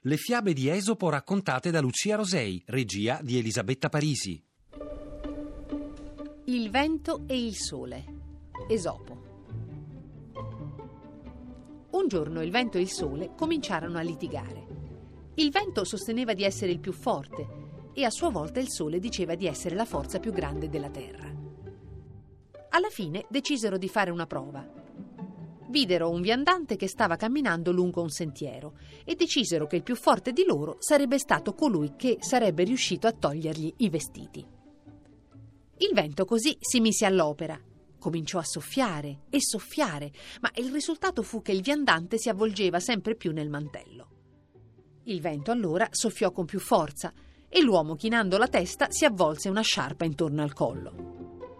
Le fiabe di Esopo raccontate da Lucia Rosei, regia di Elisabetta Parisi. Il vento e il sole. Esopo. Un giorno il vento e il sole cominciarono a litigare. Il vento sosteneva di essere il più forte e a sua volta il sole diceva di essere la forza più grande della terra. Alla fine decisero di fare una prova. Videro un viandante che stava camminando lungo un sentiero e decisero che il più forte di loro sarebbe stato colui che sarebbe riuscito a togliergli i vestiti. Il vento così si mise all'opera. Cominciò a soffiare e soffiare, ma il risultato fu che il viandante si avvolgeva sempre più nel mantello. Il vento allora soffiò con più forza e l'uomo, chinando la testa, si avvolse una sciarpa intorno al collo.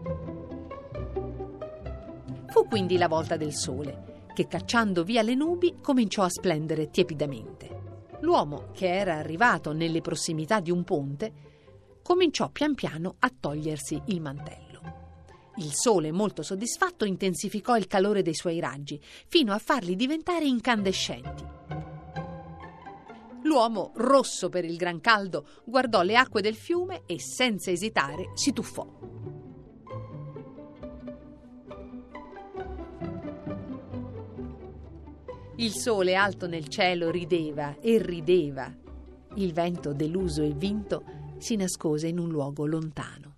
Fu quindi la volta del sole, che cacciando via le nubi cominciò a splendere tiepidamente. L'uomo, che era arrivato nelle prossimità di un ponte, cominciò pian piano a togliersi il mantello. Il sole, molto soddisfatto, intensificò il calore dei suoi raggi, fino a farli diventare incandescenti. L'uomo, rosso per il gran caldo, guardò le acque del fiume e, senza esitare, si tuffò. Il sole alto nel cielo rideva e rideva. Il vento, deluso e vinto, si nascose in un luogo lontano.